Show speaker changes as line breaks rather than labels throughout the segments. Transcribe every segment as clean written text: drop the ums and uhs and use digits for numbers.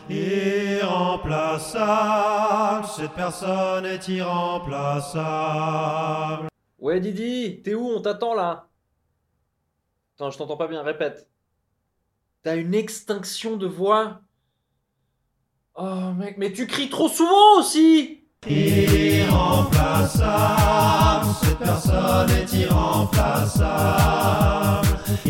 irremplaçable. Cette personne est irremplaçable.
Ouais Didi, t'es où? On t'attend là. Attends, je t'entends pas bien, répète. T'as une extinction de voix. Oh mec, mais tu cries trop souvent aussi.
Irremplaçable, cette personne est irremplaçable.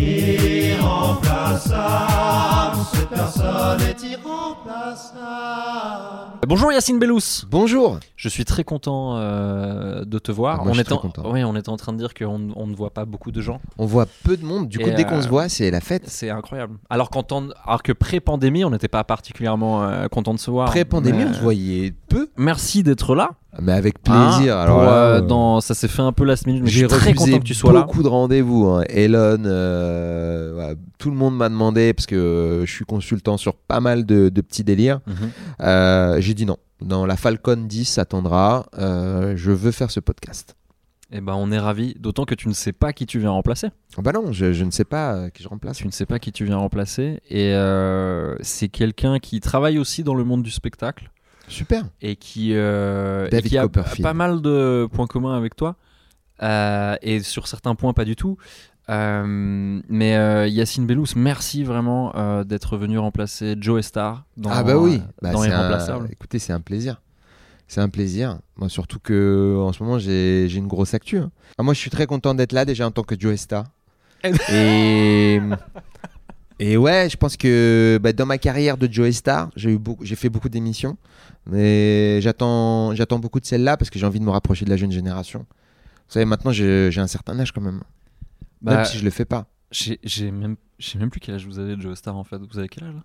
Irremplaçable, cette personne est irremplaçable.
Bonjour Yacine Bellous.
Bonjour.
Je suis très content de te voir.
Moi, je suis très content.
Oui, on était en train de dire qu'on ne voit pas beaucoup de gens.
On voit peu de monde, du coup dès qu'on se voit c'est la fête.
C'est incroyable. Alors que pré-pandémie, on n'était pas particulièrement content de se voir.
Pré-pandémie on se voyait peu.
Merci d'être là.
Mais avec plaisir.
Alors ça s'est fait un peu last minute, mais je suis très content que tu sois là.
J'ai refusé beaucoup de rendez-vous. Elon, voilà, tout le monde m'a demandé parce que je suis consultant sur pas mal de petits délires. J'ai dit non. Non, la Falcon 10 attendra. Je veux faire ce podcast.
Eh ben, on est ravis, d'autant que tu ne sais pas qui tu viens remplacer.
Bah non, je ne sais pas qui je remplace.
Tu ne sais pas qui tu viens remplacer. Et c'est quelqu'un qui travaille aussi dans le monde du spectacle.
Super.
Et qui a pas mal de points communs avec toi. Et sur certains points, pas du tout. Mais Yacine Bellous, merci vraiment d'être venu remplacer Joe Star dans Irremplaçable.
Écoutez, c'est un plaisir. C'est un plaisir. Moi, surtout que en ce moment, j'ai une grosse actu. Moi, je suis très content d'être là déjà en tant que Joe Star. Et ouais, je pense que dans ma carrière de Joe Star, j'ai fait beaucoup d'émissions. Mais j'attends beaucoup de celle-là parce que j'ai envie de me rapprocher de la jeune génération. Vous savez, maintenant, j'ai un certain âge quand même. Même si je le fais pas.
J'ai même plus quel âge vous avez, Joe Star, en fait. Vous avez quel âge là?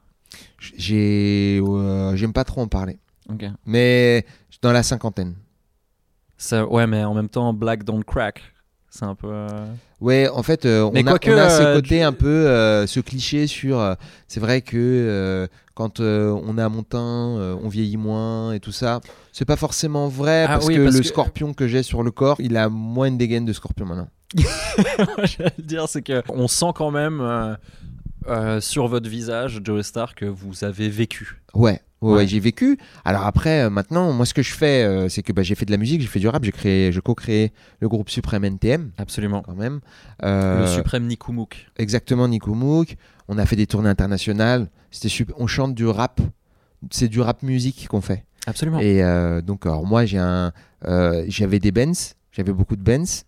J'aime pas trop en parler.
Okay.
Mais dans la cinquantaine.
Ouais, mais en même temps, Black Don't Crack. C'est un peu.
Ouais, en fait, on a ce côté un peu, ce cliché sur. C'est vrai que quand on est à mon teint, on vieillit moins et tout ça. C'est pas forcément vrai parce que scorpion que j'ai sur le corps, il a moins une dégaine de scorpion maintenant.
J'allais le dire, c'est que on sent quand même sur votre visage, Joe Star, que vous avez vécu.
Ouais, j'ai vécu. Alors après, maintenant, moi, ce que je fais, c'est que j'ai fait de la musique, j'ai fait du rap, je co-créé le groupe Suprême NTM.
Absolument.
Quand même.
Le Suprême Nikomouk.
Exactement, Nikomouk. On a fait des tournées internationales. On chante du rap. C'est du rap musique qu'on fait.
Absolument.
Et donc, alors moi, j'avais des Benz. J'avais beaucoup de Benz.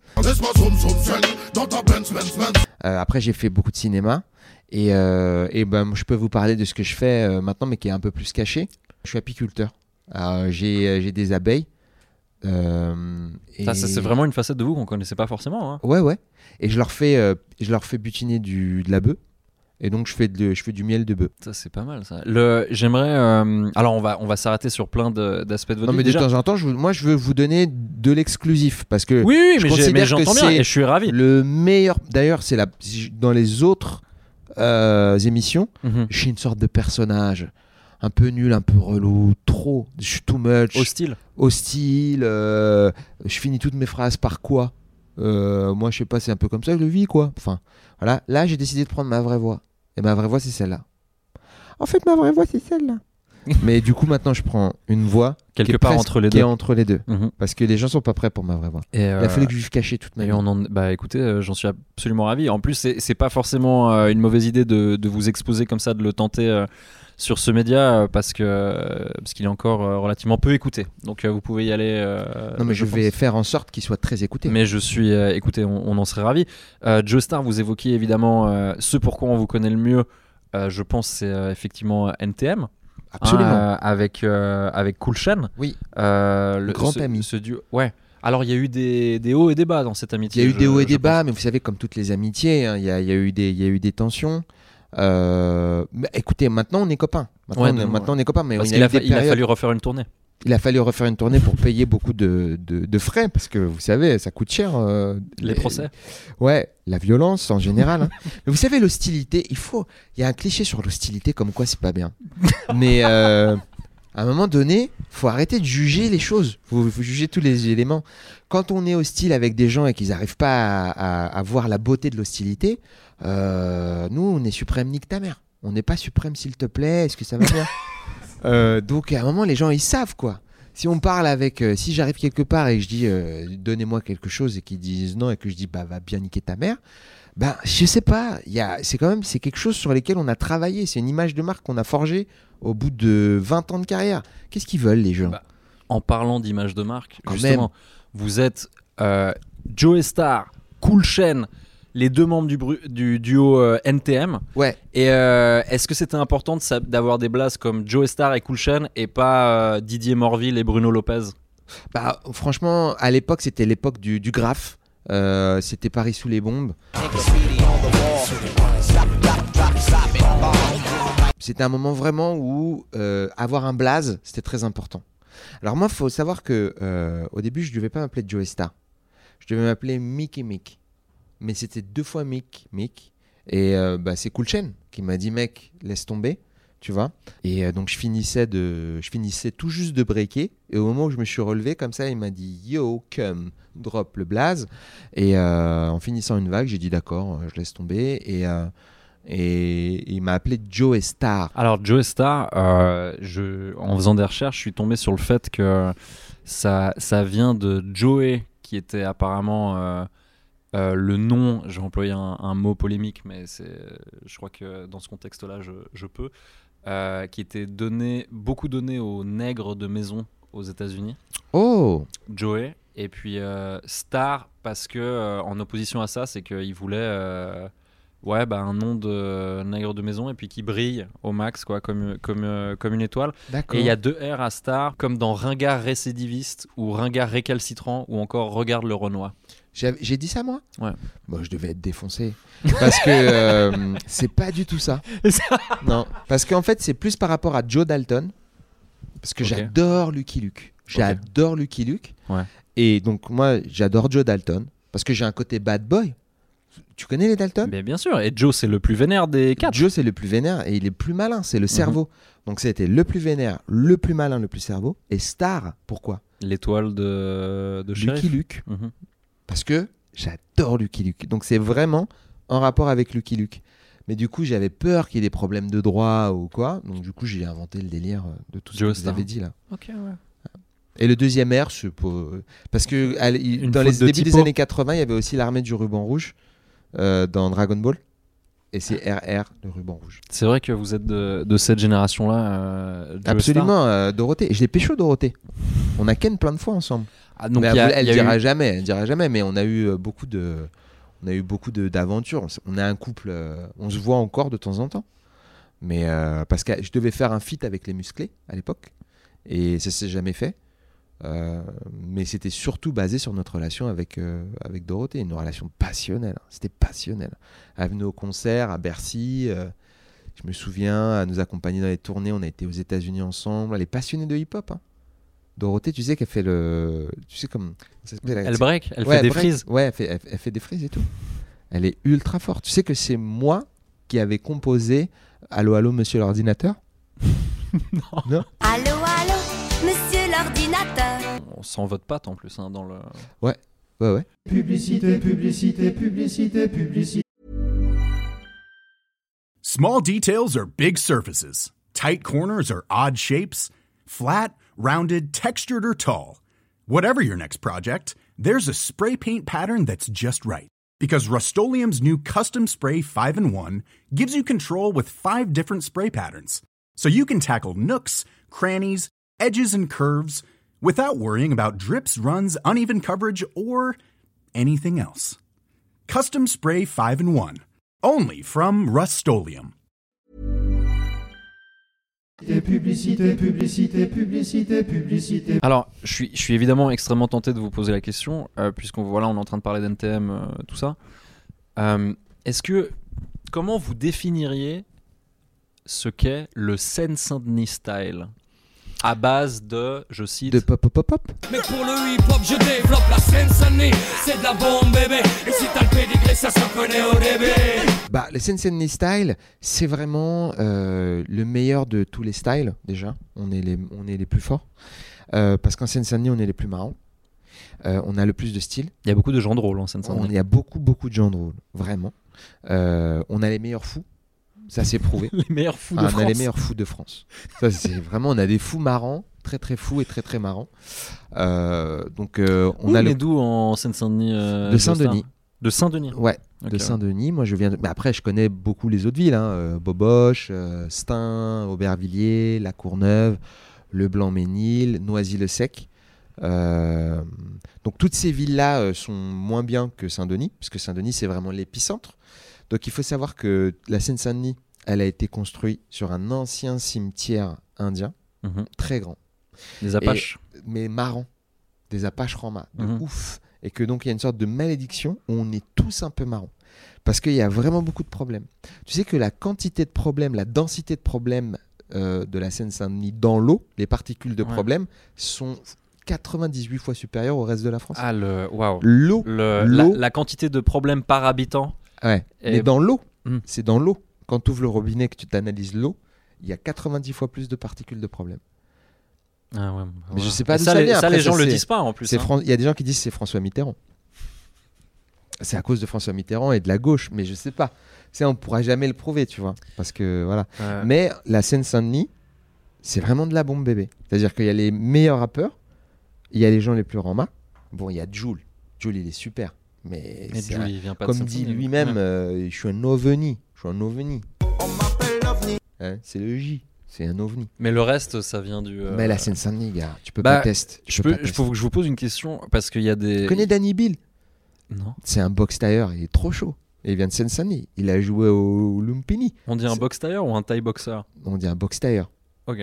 Après, j'ai fait beaucoup de cinéma. Et je peux vous parler de ce que je fais maintenant, mais qui est un peu plus caché. Je suis apiculteur. J'ai des abeilles.
Ça, c'est vraiment une facette de vous qu'on ne connaissait pas forcément.
Ouais. Et je leur fais butiner de la bœuf. Et donc je fais du miel de bœuf.
Ça, c'est pas mal ça. J'aimerais. Alors on va s'arrêter sur plein d'aspects de votre vie.
Non, mais
déjà.
De temps en temps, je veux vous donner de l'exclusif parce que
oui, mais j'entends bien et je suis ravi.
Le meilleur. D'ailleurs, c'est dans les autres émissions, je suis une sorte de personnage un peu nul, un peu relou, je suis too much. Hostile. Je finis toutes mes phrases par quoi. Moi, je sais pas, c'est un peu comme ça que je vis, quoi. Enfin, voilà. Là, j'ai décidé de prendre ma vraie voix. Et ma vraie voix, c'est celle-là. En fait, ma vraie voix, c'est celle-là. Mais du coup, maintenant, je prends une voix
quelque part entre les deux.
Qui est entre les deux. Parce que les gens sont pas prêts pour ma vraie voix. Il a fallu que je vive caché toute ma vie.
Écoutez, j'en suis absolument ravi. En plus, c'est pas forcément une mauvaise idée de vous exposer comme ça, de le tenter sur ce média parce qu'il est encore relativement peu écouté. Donc vous pouvez y aller.
Non, mais je vais faire en sorte qu'il soit très écouté.
Mais je suis écoutez, on en serait ravis. Joe Star, vous évoquiez évidemment ce pourquoi on vous connaît le mieux. Je pense c'est effectivement NTM.
Absolument.
Avec Cool Chain.
Oui.
Le
grand ami.
Ce duo. Ouais. Alors il y a eu des hauts et des bas dans cette amitié.
Il y a eu des hauts et des bas, mais vous savez, comme toutes les amitiés, il y a eu des tensions. Mais écoutez, maintenant on est copains. Maintenant on est copains, mais
il a fallu refaire une tournée.
Il a fallu refaire une tournée pour payer beaucoup de frais parce que vous savez, ça coûte cher.
Les procès.
Ouais, la violence en général. Mais vous savez, l'hostilité, il y a un cliché sur l'hostilité comme quoi c'est pas bien. Mais à un moment donné, faut arrêter de juger les choses. Faut juger tous les éléments. Quand on est hostile avec des gens et qu'ils n'arrivent pas à voir la beauté de l'hostilité, nous, on est suprême, nique ta mère. On n'est pas suprême, s'il te plaît. Est-ce que ça va bien Donc à un moment, les gens, ils savent quoi. Si on parle avec, si j'arrive quelque part et que je dis donnez-moi quelque chose et qu'ils disent non et que je dis va bien niquer ta mère, je sais pas, c'est quelque chose sur lequel on a travaillé, c'est une image de marque qu'on a forgée au bout de 20 ans de carrière. Qu'est-ce qu'ils veulent les gens?
En parlant d'image de marque, justement, vous êtes Joey Starr, Cool Chain, les deux membres du duo NTM.
Ouais.
Et est-ce que c'était important d'avoir des blazes comme Joey Starr et Cool Chain et pas Didier Morville et Bruno Lopez?
Franchement, à l'époque, c'était l'époque du graphe. C'était Paris sous les bombes. C'était un moment vraiment où avoir un blaze, c'était très important. Alors moi, il faut savoir que au début, je ne devais pas m'appeler Joey Starr. Je devais m'appeler Mickey Mick. Mais c'était 2 fois Mick. Et c'est Cool Chain qui m'a dit, mec, laisse tomber, tu vois. Et donc, je finissais tout juste de breaker. Et au moment où je me suis relevé, comme ça, il m'a dit, yo, come, drop le blaze. Et en finissant une vague, j'ai dit, d'accord, je laisse tomber. Et il m'a appelé Joey Starr.
Alors, Joey Starr, en faisant des recherches, je suis tombé sur le fait que ça vient de Joey, qui était apparemment... le nom, j'ai employé un mot polémique, mais je crois que dans ce contexte-là, je peux, qui était beaucoup donné aux nègres de maison aux États-Unis.
Oh,
Joey. Et puis Star, parce que en opposition à ça, c'est qu'il voulait un nom de nègre de maison et puis qui brille au max, quoi, comme une étoile.
d'accord.
Et il y a 2 R à Star, comme dans Ringard récidiviste ou Ringard récalcitrant ou encore Regarde le Renoir.
J'ai dit ça, moi?
Ouais.
Bon, je devais être défoncé. Parce que c'est pas du tout ça. Non. Parce qu'en fait, c'est plus par rapport à Joe Dalton. Parce que j'adore Lucky Luke. J'adore Lucky Luke.
Ouais.
Et donc, moi, j'adore Joe Dalton. Parce que j'ai un côté bad boy. Tu connais les Dalton?
Mais bien sûr. Et Joe, c'est le plus vénère des 4.
Joe, c'est le plus vénère et il est plus malin. C'est le cerveau. Donc, c'était le plus vénère, le plus malin, le plus cerveau. Et Star, pourquoi?
L'étoile de
Lucky Luke. Parce que j'adore Lucky Luke. Donc c'est vraiment en rapport avec Lucky Luke. Mais du coup, j'avais peur qu'il y ait des problèmes de droit ou quoi. Donc du coup, j'ai inventé le délire de tout ce que vous avez dit là.
Ok, ouais.
Et le deuxième R, c'est parce que dans les débuts des années 80, il y avait aussi l'armée du ruban rouge dans Dragon Ball. Et c'est RR, le ruban rouge.
C'est vrai que vous êtes de cette génération-là.
Absolument, Dorothée. Et je l'ai pécho, Dorothée. On a ken plein de fois ensemble.
Donc
mais elle dira jamais, mais on a eu beaucoup d'aventures. On est un couple, on se voit encore de temps en temps. Mais parce que je devais faire un feat avec les Musclés à l'époque, et ça s'est jamais fait. Mais c'était surtout basé sur notre relation avec Dorothée, une relation passionnelle. C'était passionnel. Elle venait au concert à Bercy. Je me souviens, elle nous accompagnait dans les tournées. On a été aux États-Unis ensemble. Elle est passionnée de hip-hop. Dorothée, tu sais qu'elle fait
elle break, elle fait des frises.
Ouais, elle fait des frises et tout. Elle est ultra forte. Tu sais que c'est moi qui avais composé Allô, allô, monsieur l'ordinateur? Non.
Allô, allô, monsieur l'ordinateur.
On s'en vote pas en plus dans le...
Ouais.
Publicité.
Small details are big surfaces. Tight corners are odd shapes. Flat, rounded, textured, or tall. Whatever your next project, there's a spray paint pattern that's just right. Because Rust-Oleum's new Custom Spray 5-in-1 gives you control with 5 different spray patterns. So you can tackle nooks, crannies, edges, and curves without worrying about drips, runs, uneven coverage, or anything else. Custom Spray 5-in-1. Only from Rust-Oleum.
Publicité.
Alors, je suis évidemment extrêmement tenté de vous poser la question, puisqu'on est en train de parler d'NTM, tout ça. Comment vous définiriez ce qu'est le Seine-Saint-Denis style à base de, je cite...
De pop.
Mais pour le hip-hop, je développe la Seine-Saint-Denis. C'est de la bombe, bébé. Et si t'as le pédigré, ça s'en connaît au début.
Le Seine-Saint-Denis style, c'est vraiment le meilleur de tous les styles, déjà. On est les plus forts. Parce qu'en Seine-Saint-Denis, on est les plus marrants. On a le plus de style.
Il y a beaucoup de gens drôles en Seine-Saint-Denis.
Il y a beaucoup de gens drôles, vraiment. On a les meilleurs fous. ça s'est prouvé.
Les meilleurs fous de France.
On a les meilleurs fous de France. Ça, c'est vraiment, on a des fous marrants, très très fous et très très marrants. On a
d'où en Seine-Saint-Denis
de Saint-Denis.
De Saint-Denis.
Ouais,
okay,
de Saint-Denis. Moi, je viens. Mais après, je connais beaucoup les autres villes. Boboche, Stein, Aubervilliers, La Courneuve, Le Blanc-Ménil, Noisy-le-Sec. Donc toutes ces villes-là sont moins bien que Saint-Denis, puisque Saint-Denis c'est vraiment l'épicentre. Donc il faut savoir que la Seine-Saint-Denis, elle a été construite sur un ancien cimetière indien, très grand.
Des Apaches.
Mais marrant, des Apaches Rama, de ouf. Et que donc il y a une sorte de malédiction où on est tous un peu marrons. Parce qu'il y a vraiment beaucoup de problèmes. Tu sais que la quantité de problèmes, la densité de problèmes de la Seine-Saint-Denis dans l'eau, les particules de problèmes sont 98 fois supérieur au reste de la France.
Ah, waouh.
L'eau.
La quantité de problèmes par habitant.
Ouais. Mais dans l'eau, c'est dans l'eau. Quand tu ouvres le robinet, que tu t'analyses l'eau, il y a 90 fois plus de particules de problèmes.
Ah ouais.
Mais je sais pas d'où ça vient.
Ça, les gens le disent pas en plus.
Il y a des gens qui disent que c'est François Mitterrand. C'est à cause de François Mitterrand et de la gauche, mais je sais pas. On pourra jamais le prouver, tu vois. Parce que voilà. Mais la Seine-Saint-Denis, c'est vraiment de la bombe bébé. C'est-à-dire qu'il y a les meilleurs rappeurs. Il y a les gens les plus ramas. Bon, il y a Jul. Jul, il est super. Mais
Jul, il vient pas
comme
de
dit lui-même, je suis un ovni. On m'appelle ovni. C'est le J. C'est un ovni.
Mais le reste, ça vient du...
Mais la Seine-Saint-Denis, gars, tu peux pas tester.
Je vous pose une question, parce qu'il y a des...
Tu connais Danny Bill?
Non.
C'est un box tailleur, il est trop chaud. Et il vient de Seine-Saint-Denis. Il a joué au Lumpini.
On dit un box tailleur ou un Thai boxer?
On dit un box tailleur.
Ok.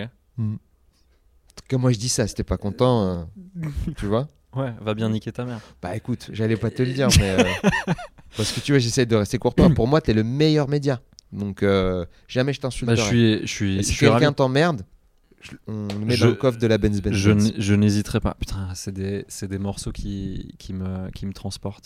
En tout cas, moi je dis ça, si t'es pas content, tu vois.
Ouais, va bien niquer ta mère.
Bah écoute, j'allais pas te le dire, mais parce que tu vois, j'essaie de rester courtois. Pour moi, t'es le meilleur média, donc jamais je t'insulterai. Si quelqu'un t'emmerde, on le met dans le coffre de la Benz.
Je n'hésiterai pas. Putain, c'est des morceaux qui me transportent.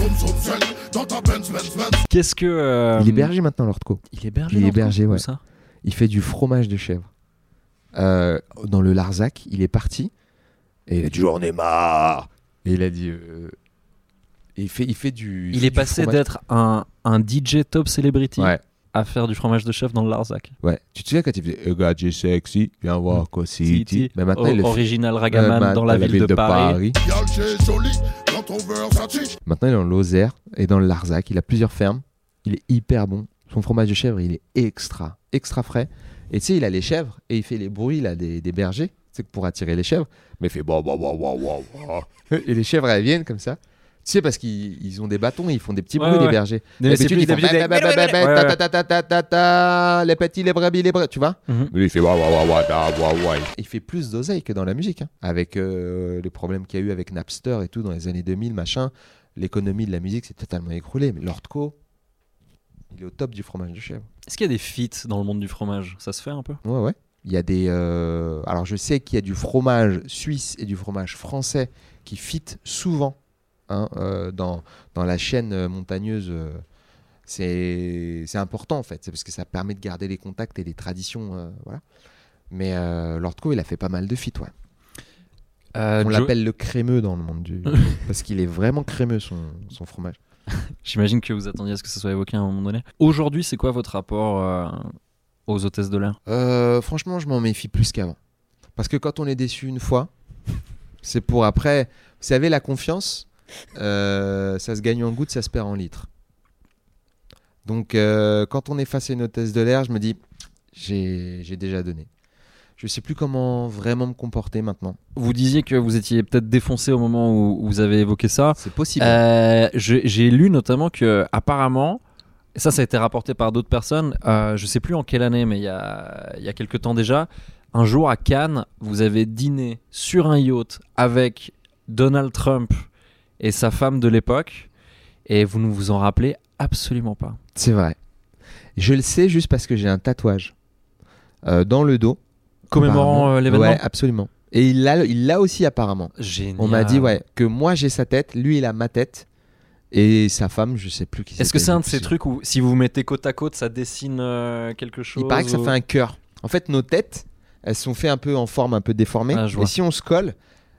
Qu'est-ce que
il est berger maintenant, Lordco.
Il est berger.
Il est berger, ouais.
Ça
il fait du fromage de chèvre. Dans le Larzac, il est parti et il a dit j'en ai marre. Et il a dit il fait du.
Il est passé
fromage.
d'être un DJ top celebrity
ouais.
à faire du fromage de chèvre dans le Larzac.
Ouais. Tu te souviens quand il faisait Gadget sexy, viens voir quoi City. Mais maintenant il
original Ragaman dans la ville de Paris.
Maintenant il est en Lozère et dans le Larzac. Il a plusieurs fermes. Il est hyper bon. Son fromage de chèvre, il est extra frais. Et tu sais, il a les chèvres et il fait les bruits là des bergers, c'est pour attirer les chèvres. Mais il fait et les chèvres elles viennent comme ça. Tu sais, parce qu'ils ont des bâtons et ils font des petits bruits, les bergers. D'habitude, ils font les petits, les brebis, tu vois. Mais il fait il fait plus d'oseille que dans la musique, hein. Avec les problèmes qu'il y a eu avec Napster et tout dans les années 2000, machin. L'économie de la musique s'est totalement écroulée. Mais Lordco, il est au top du fromage de chèvre.
Est-ce qu'il y a des feats dans le monde du fromage? Ça se fait un peu?
Ouais. Il y a des... Alors, je sais qu'il y a du fromage suisse et du fromage français qui fit souvent dans la chaîne montagneuse. C'est important, en fait. C'est parce que ça permet de garder les contacts et les traditions. Voilà. Mais Lordco, il a fait pas mal de feats, ouais. On l'appelle le crémeux dans le monde du... parce qu'il est vraiment crémeux, son fromage.
J'imagine que vous attendiez à ce que ça soit évoqué à un moment donné. Aujourd'hui, c'est quoi votre rapport aux hôtesses de l'air?
Franchement, je m'en méfie plus qu'avant. Parce que quand on est déçu une fois, c'est pour après. Vous savez, la confiance, ça se gagne en gouttes, ça se perd en litres. Donc, quand on est face à une hôtesse de l'air, je me dis, j'ai déjà donné. Je sais plus comment vraiment me comporter maintenant.
Vous disiez que vous étiez peut-être défoncé au moment où vous avez évoqué ça.
C'est possible.
J'ai lu notamment que apparemment, ça a été rapporté par d'autres personnes. Je sais plus en quelle année, mais il y a quelques temps déjà. Un jour à Cannes, vous avez dîné sur un yacht avec Donald Trump et sa femme de l'époque, et vous ne vous en rappelez absolument pas.
C'est vrai. Je le sais juste parce que j'ai un tatouage dans le dos.
Commémorant l'événement.
Ouais, absolument. Et il l'a aussi apparemment.
Génial.
On m'a dit que moi j'ai sa tête, lui il a ma tête, et sa femme, je sais plus qui c'est.
Est-ce que c'est un de ces trucs où si vous vous mettez côte à côte, ça dessine quelque chose?
Il paraît que ça fait un cœur. En fait, nos têtes, elles sont faites un peu en forme un peu déformée. Et si on se colle,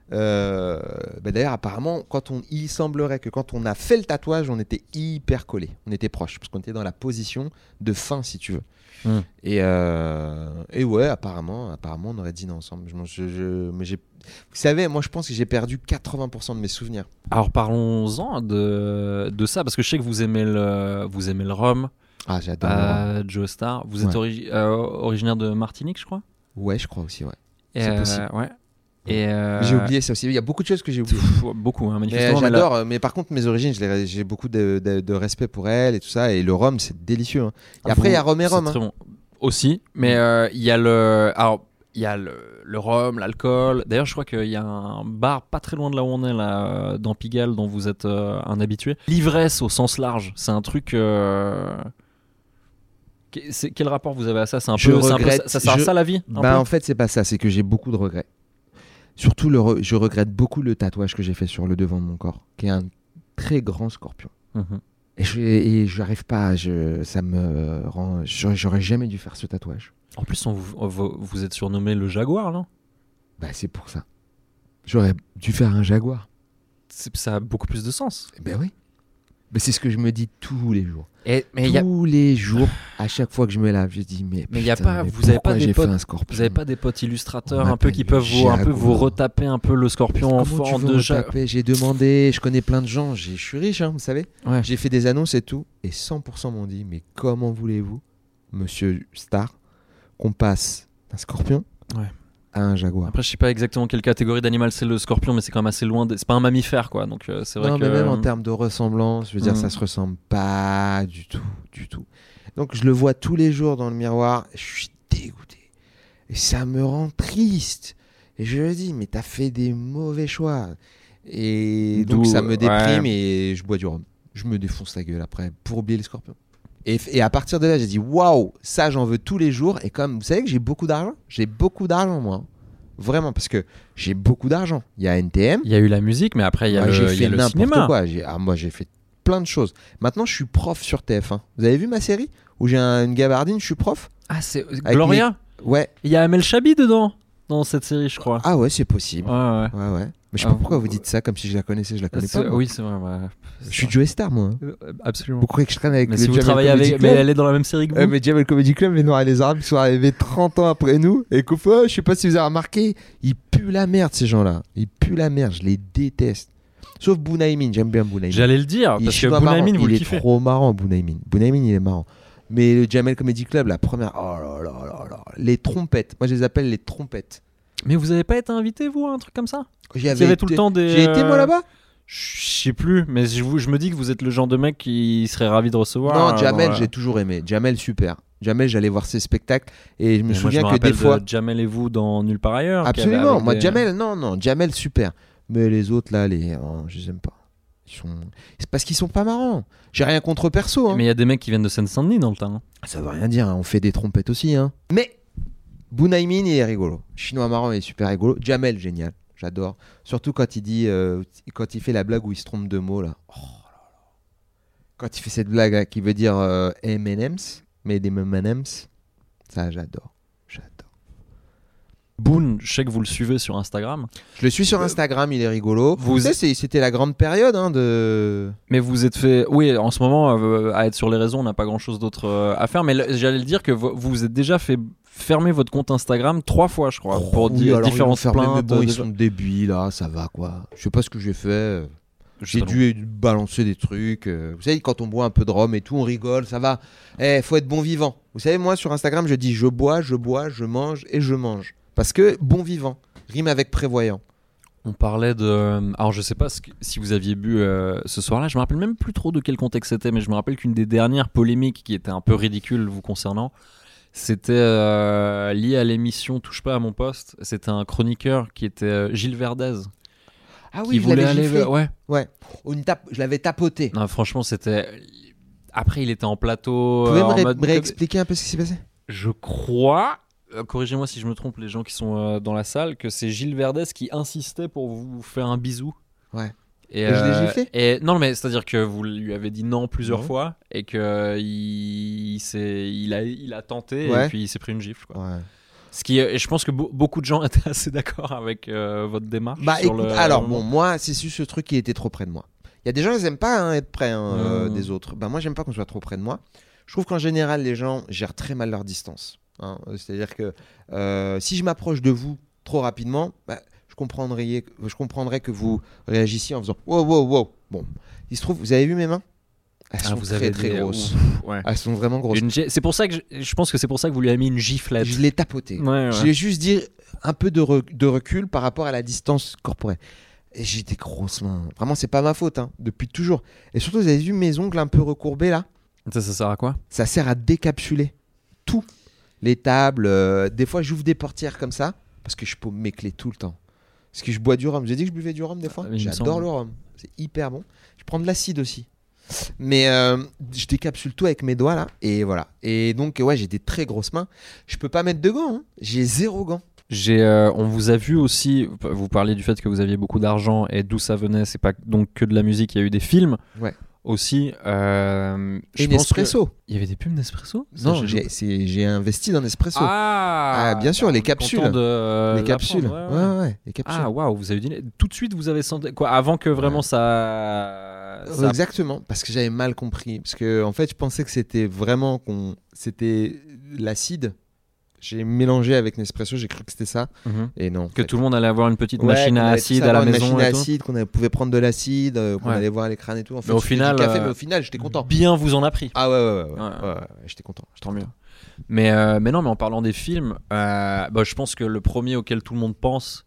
D'ailleurs, apparemment, il semblerait que quand on a fait le tatouage, on était hyper collés. On était proches, parce qu'on était dans la position de fin, si tu veux. Et ouais, apparemment, on aurait dîné ensemble. Mais vous savez, moi, je pense que j'ai perdu 80% de mes souvenirs.
Alors, parlons-en de ça, parce que je sais que vous aimez le rhum.
Ah, j'adore.
Joe Star. Vous êtes originaire de Martinique, je crois.
Ouais, je crois aussi, ouais. C'est possible.
Ouais.
J'ai oublié ça aussi. Il y a beaucoup de choses que j'ai oubliées.
Beaucoup, hein, manifestement.
Mais j'adore. Mais par contre, mes origines, j'ai beaucoup de respect pour elles et tout ça. Et le rhum, c'est délicieux. Hein. Et après, il y a rhum et rhum.
C'est très bon. Aussi. Mais il y a le rhum, l'alcool. D'ailleurs, je crois qu'il y a un bar pas très loin de là où on est, là, dans Pigalle, dont vous êtes un habitué. L'ivresse au sens large, c'est un truc. Quel rapport vous avez à ça ? Ça sert à ça la vie
en fait, c'est pas ça. C'est que j'ai beaucoup de regrets. Surtout, je regrette beaucoup le tatouage que j'ai fait sur le devant de mon corps, qui est un très grand scorpion. Et j'arrive pas, ça me rend. J'aurais jamais dû faire ce tatouage.
En plus, vous êtes surnommé le jaguar, non ?
Bah, c'est pour ça. J'aurais dû faire un jaguar.
Ça a beaucoup plus de sens.
Ben oui. Mais c'est ce que je me dis tous les jours.
Tous
les jours, à chaque fois que je me lave, je dis
vous n'avez pas des potes, vous avez pas des potes illustrateurs un peu qui peuvent vous retaper un peu le scorpion en forme de jaguar.
J'ai demandé, je connais plein de gens, je suis riche, hein, vous savez. Ouais. J'ai fait des annonces et tout, et 100% m'ont dit mais comment voulez-vous, Monsieur Star, qu'on passe d'un scorpion à un jaguar.
Après, je sais pas exactement quelle catégorie d'animal c'est le scorpion, mais c'est quand même assez loin. C'est pas un mammifère, quoi. Donc c'est vrai que.
Mais même en termes de ressemblance, je veux dire, ça se ressemble pas du tout. Donc je le vois tous les jours dans le miroir, je suis dégoûté et ça me rend triste. Et je me dis, mais t'as fait des mauvais choix. Et donc ça me déprime et je bois du rhum. Je me défonce la gueule après pour oublier les scorpions. Et à partir de là, j'ai dit waouh, ça j'en veux tous les jours. Et comme vous savez que j'ai beaucoup d'argent, moi. Vraiment, parce que j'ai beaucoup d'argent. Il y a NTM.
Il y a eu la musique, mais après il y a
j'ai fait
le
n'importe
cinéma.
Quoi. Moi j'ai fait plein de choses. Maintenant je suis prof sur TF1. Vous avez vu ma série où j'ai une gabardine, je suis prof.
Ah, c'est Gloria.
Ouais.
Il y a Amel Chabi dedans dans cette série, je crois.
Ah ouais, c'est possible.
Ouais.
Mais je sais pas pourquoi vous dites ça comme si je la connaissais, je la connais pas.
Oui, c'est vrai.
Je suis Joe Star, moi.
Absolument.
Vous croyez que je traîne avec
mais
le
si vous
Jamel
travaillez
Comedy
avec,
Club.
mais elle est dans la même série que vous.
Mais Jamel Comedy Club, les Noirs et les Arabes, ils sont arrivés 30 ans après nous. Et je sais pas si vous avez remarqué, ils puent la merde, ces gens-là. Ils puent la merde, je les déteste. Sauf Bounaïmin, j'aime bien Bounaïmin.
J'allais le dire, parce que Bounaïmin, vous le kiffez.
Il est trop marrant, Bounaïmin. Bounaïmin, il est marrant. Mais le Jamel Comedy Club, la première, oh là, les trompettes. Moi, je les appelle les trompettes.
Mais vous avez pas été invité, vous, à un truc comme ça ?
J'ai été, moi, là-bas ?
Je sais plus, mais je me dis que vous êtes le genre de mec qui serait ravi de recevoir.
Non, Jamel, j'ai toujours aimé. Jamel, super. Jamel, j'allais voir ses spectacles et je me souviens que des fois.
Jamel et vous dans Nulle part ailleurs.
Absolument. Moi, Jamel, non, Jamel, super. Mais les autres, là, je les aime pas. C'est parce qu'ils sont pas marrants. J'ai rien contre perso. Hein.
Mais il y a des mecs qui viennent de Seine-Saint-Denis dans le temps. Hein.
Ça veut rien dire. Hein. On fait des trompettes aussi. Hein. Mais Bounaïmin, il est rigolo. Chinois marrant, il est super rigolo. Jamel, génial. J'adore. Surtout quand il dit, quand il fait la blague où il se trompe de mots là. Oh là là. Quand il fait cette blague là, qui veut dire M&M's, mais des M&M's, ça j'adore.
Boone, je sais que vous le suivez sur Instagram.
Je le suis sur Instagram, il est rigolo. Vous savez, c'était la grande période de.
Mais vous êtes fait. Oui, en ce moment, à être sur les réseaux, on n'a pas grand chose d'autre à faire. Mais j'allais le dire que vous vous êtes déjà fait fermer votre compte Instagram 3 fois, je crois, pour différentes plaintes.
Bon, ils sont débiles, là, ça va quoi. Je sais pas ce que j'ai fait. J'ai dû balancer des trucs. Vous savez, quand on boit un peu de rhum et tout, on rigole, ça va. Faut être bon vivant. Vous savez, moi, sur Instagram, je dis je bois, je mange et je mange. Parce que bon vivant rime avec prévoyant.
On parlait de... Alors je sais pas si vous aviez bu ce soir-là, je me rappelle même plus trop de quel contexte c'était, mais je me rappelle qu'une des dernières polémiques qui était un peu ridicule vous concernant, c'était lié à l'émission Touche pas à mon poste. C'était un chroniqueur qui était Gilles Verdez.
Ah oui, je l'avais giflé.
Ouais.
Je l'avais tapoté.
Non, franchement, c'était... Après, il était en plateau...
Vous pouvez me réexpliquer un peu ce qui s'est passé ?
Je crois... corrigez-moi si je me trompe, les gens qui sont dans la salle, que c'est Gilles Verdez qui insistait pour vous faire un bisou.
Ouais.
Et
je l'ai giflé.
Non, mais c'est-à-dire que vous lui avez dit non plusieurs fois et que il a tenté et puis il s'est pris une gifle. Quoi.
Ouais.
Et je pense que beaucoup de gens étaient assez d'accord avec votre démarche.
Alors bon, moi, c'est ce truc qui était trop près de moi. Il y a des gens qui n'aiment pas être près des autres. Moi, j'aime pas qu'on soit trop près de moi. Je trouve qu'en général, les gens gèrent très mal leur distance. C'est-à-dire que si je m'approche de vous trop rapidement, je comprendrais que vous réagissiez en faisant wow, wow, wow. Bon, il se trouve, vous avez vu mes mains ? Elles sont très grosses.
Ouais.
Elles sont vraiment grosses.
C'est pour ça que je pense que c'est pour ça que vous lui avez mis une giflette.
Je l'ai tapoté.
Ouais.
Je l'ai juste dit un peu de recul par rapport à la distance corporelle. Et j'ai des grosses mains. Vraiment, c'est pas ma faute, depuis toujours. Et surtout, vous avez vu mes ongles un peu recourbés là ?
Ça sert à quoi ?
Ça sert à décapsuler tout. Les tables. Des fois, j'ouvre des portières comme ça parce que je peux mes clés tout le temps. Parce que je bois du rhum. J'ai dit que je buvais du rhum des fois. J'adore le rhum. C'est hyper bon. Je prends de l'acide aussi. Mais je décapsule tout avec mes doigts là. Et voilà. Et donc, j'ai des très grosses mains. Je peux pas mettre de gants. J'ai 0 gants.
On vous a vu aussi, vous parliez du fait que vous aviez beaucoup d'argent et d'où ça venait, c'est pas donc que de la musique, il y a eu des films aussi.
Et Nespresso.
Il y avait des pubs Nespresso ?
Non, j'ai investi dans Nespresso. Bien sûr, les capsules.
Les
capsules. Ouais, les capsules.
Ah waouh, vous avez dit tout de suite, vous avez senti quoi avant que vraiment ça...
Exactement, parce que j'avais mal compris, parce que en fait, je pensais que c'était vraiment c'était l'acide. J'ai mélangé avec Nespresso, j'ai cru que c'était ça. Et non.
Que tout le monde allait avoir une petite machine à acide à la maison.
Une machine à acide, qu'on pouvait prendre de l'acide, qu'on allait voir à l'écran et tout. En fait,
mais au final,
mais au final, j'étais content.
Bien vous en a pris.
Ah ouais, j'étais content.
Tant mieux. Mais non, mais en parlant des films, je pense que le premier auquel tout le monde pense,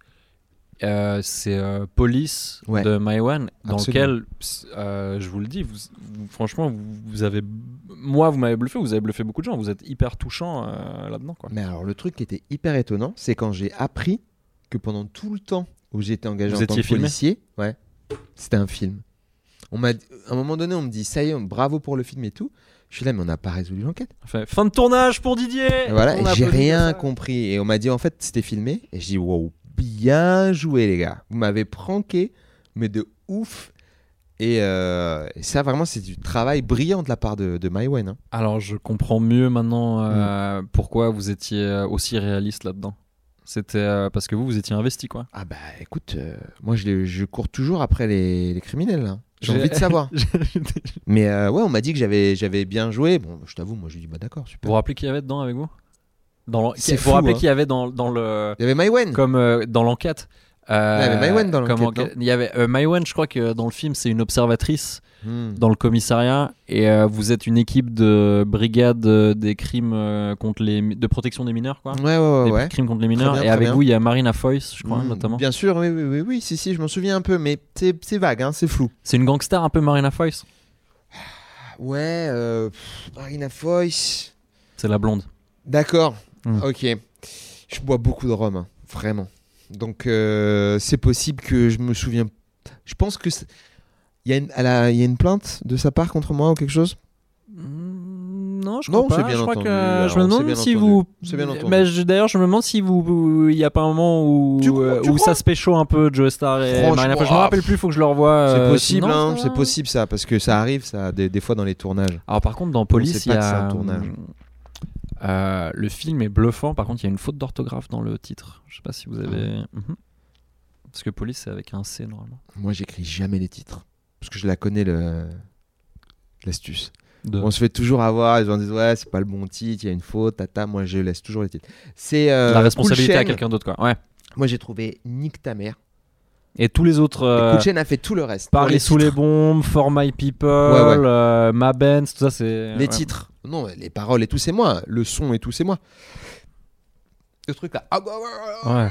c'est Police de Maïwenn, dans lequel, je vous le dis, franchement, vous avez... Moi, vous m'avez bluffé, vous avez bluffé beaucoup de gens, vous êtes hyper touchant là-dedans, quoi.
Mais alors, le truc qui était hyper étonnant, c'est quand j'ai appris que pendant tout le temps où j'étais engagé en tant que policier, c'était un film. À un moment donné, on me dit, ça y est, bravo pour le film et tout. Je suis là, mais on n'a pas résolu l'enquête.
Fin de tournage pour Didier.
Et voilà, et j'ai rien compris. Et on m'a dit, en fait, c'était filmé. Et je dis, wow, bien joué, les gars. Vous m'avez pranké, mais de ouf. Et ça, vraiment, c'est du travail brillant de la part de Maïwenn.
Alors, je comprends mieux maintenant pourquoi vous étiez aussi réaliste là-dedans. C'était parce que vous étiez investi, quoi.
Ah bah, écoute, moi, je cours toujours après les criminels, là. J'ai envie de savoir. Mais on m'a dit que j'avais bien joué. Bon, je t'avoue, moi, je lui dis, d'accord, super.
Vous vous rappelez qui y avait dedans avec vous ? Vous
vous
rappelez qui y avait dans le...
Il y avait Maïwenn.
Comme dans l'enquête.
Il y avait Maïwenn dans l'enquête.
Il y avait Maïwenn, je crois que dans le film, c'est une observatrice dans le commissariat. Et vous êtes une équipe de brigade des crimes de protection des mineurs, quoi.
Ouais.
Crimes contre les mineurs. Bien, et avec vous, il y a Marina Foïs, je crois, notamment.
Bien sûr, oui, si, je m'en souviens un peu, mais c'est vague, c'est flou.
C'est une gangster un peu, Marina Foïs.
Ouais, Marina Foïs.
C'est la blonde.
D'accord, ok. Je bois beaucoup de rhum, vraiment. Donc c'est possible que je me souviens. Je pense que il y a une plainte de sa part contre moi ou quelque chose.
Non, je crois pas.
Bien
je crois
entendu.
Que je me demande si vous.
C'est bien entendu.
Mais d'ailleurs, je me demande si il y a pas un moment où ça se pécho un peu Joe Star et Marina Foïs. Je me rappelle plus. Faut que je le revoie.
C'est possible, c'est possible ça, parce que ça arrive ça des fois dans les tournages.
Alors par contre, dans Police, il y a
un tournage.
Le film est bluffant. Par contre, il y a une faute d'orthographe dans le titre. Je sais pas si vous avez. Parce que Police, c'est avec un C normalement.
Moi, j'écris jamais les titres parce que je la connais l'astuce. On se fait toujours avoir. Les gens disent ouais, c'est pas le bon titre, il y a une faute. Tata, moi, je laisse toujours les titres. C'est
la responsabilité à quelqu'un d'autre, quoi. Ouais.
Moi, j'ai trouvé Nique ta mère.
Et tous les autres.
Cool Chain a fait tout le reste.
Parler sous les bombes, For My People, Ma Benz, tout ça, c'est.
Les titres. Non, les paroles et tout, c'est moi. Le son et tout, c'est moi. Le truc là.
Ouais.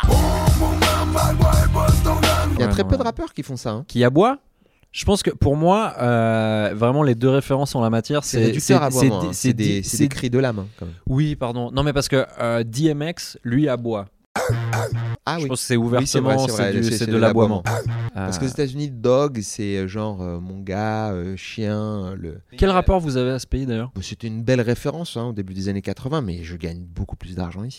Il y a très peu de rappeurs qui font ça.
Qui aboient ? Je pense que pour moi, vraiment les deux références en la matière, c'est
des cris de l'âme. Quand même.
Oui, pardon. Non, mais parce que DMX, lui, aboie. Je pense que c'est ouvertement, c'est de l'aboiement.
Parce qu'aux États-Unis, dog, c'est genre mon gars, chien.
Quel rapport vous avez à ce pays d'ailleurs ?
C'était une belle référence au début des années 80, mais je gagne beaucoup plus d'argent ici.